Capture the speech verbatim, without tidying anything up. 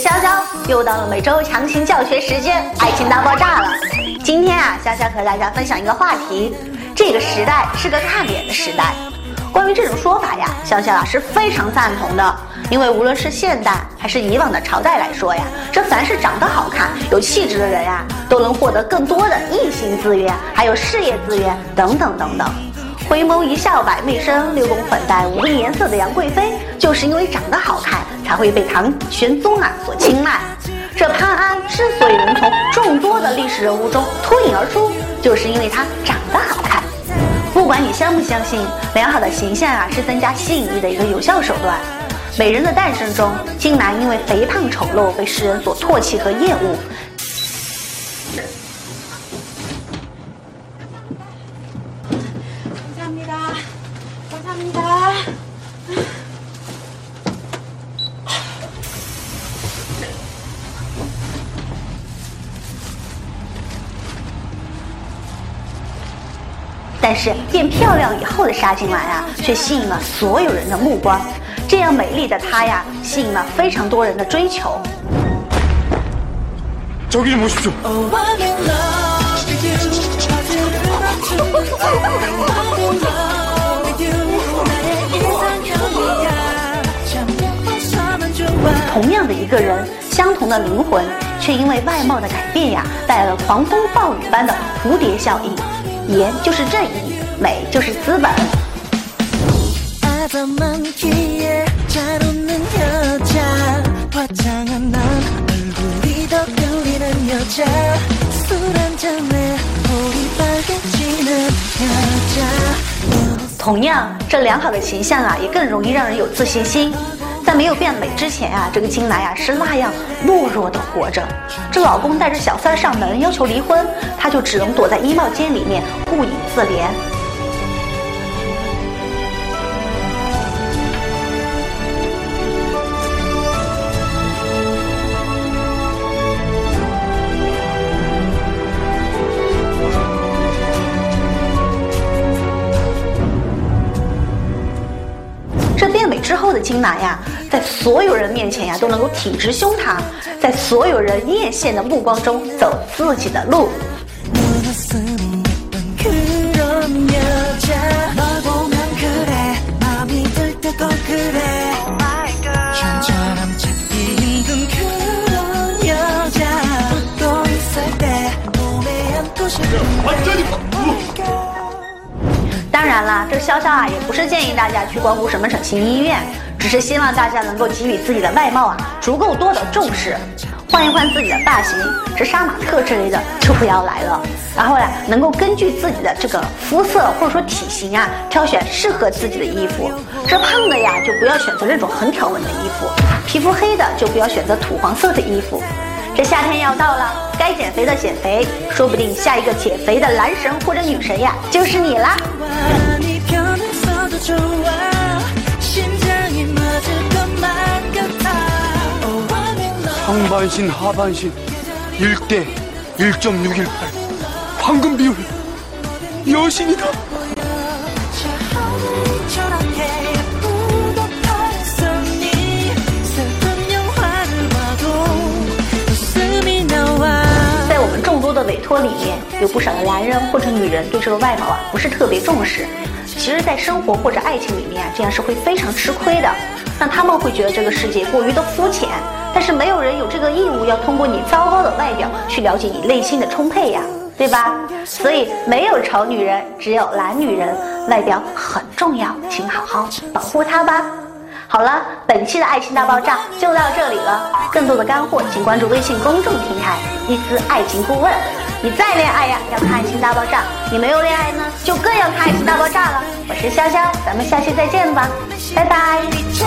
潇潇，又到了每周强行教学时间，爱情大爆炸了。今天啊，潇潇和大家分享一个话题：这个时代是个看脸的时代。关于这种说法呀，潇潇啊是非常赞同的。因为无论是现代还是以往的朝代来说呀，这凡是长得好看、有气质的人呀，都能获得更多的异性资源，还有事业资源等等等等。回眸一笑百媚生，六宫粉黛五种颜色的杨贵妃，就是因为长得好看，才会被唐玄宗啊所青睐。这潘安之所以能从众多的历史人物中脱颖而出，就是因为他长得好看。不管你相不相信，良好的形象啊是增加吸引力的一个有效手段。美人的诞生中，金兰因为肥胖丑陋被世人所唾弃和厌恶。但是变漂亮以后的沙金兰啊，却吸引了所有人的目光。这样美丽的她呀，吸引了非常多人的追求。 저기 좀 보십시오. 同样的一个人，相同的灵魂，却因为外貌的改变呀，带来了狂风暴雨般的蝴蝶效应。颜就是正义，美就是资本。同样，这良好的形象啊，也更容易让人有自信心。在没有变美之前啊，这个金兰啊是那样懦弱的活着。这老公带着小三上门要求离婚，她就只能躲在衣帽间里面顾影自怜。之后的金兰呀，在所有人面前呀都能够挺直胸膛，在所有人艳羡的目光中走自己的路。当然啦，这潇潇啊也不是建议大家去光顾什么整形医院，只是希望大家能够给予自己的外貌啊足够多的重视，换一换自己的发型，这杀马特之类的就不要来了。然后呀，能够根据自己的这个肤色或者说体型啊，挑选适合自己的衣服。这胖的呀，就不要选择那种横条纹的衣服；皮肤黑的就不要选择土黄色的衣服。这夏天要到了，该减肥的减肥，说不定下一个减肥的男神或者女神呀，就是你啦。 상반신 하반신 일 대 일 점 육일팔 황금 비율 여신이다.在我们众多的委托里面，有不少的男人或者女人对这个外貌啊不是特别重视。其实在生活或者爱情里面啊，这样是会非常吃亏的。那他们会觉得这个世界过于的肤浅，但是没有人有这个义务要通过你糟糕的外表去了解你内心的充沛呀，对吧？所以没有丑女人，只有懒女人。外表很重要，请好好保护它吧。好了，本期的爱情大爆炸就到这里了。更多的干货，请关注微信公众平台伊思爱情顾问。你再恋爱呀，要看爱情大爆炸；你没有恋爱呢，就更要看爱情大爆炸了。我是潇潇，咱们下期再见吧，拜拜。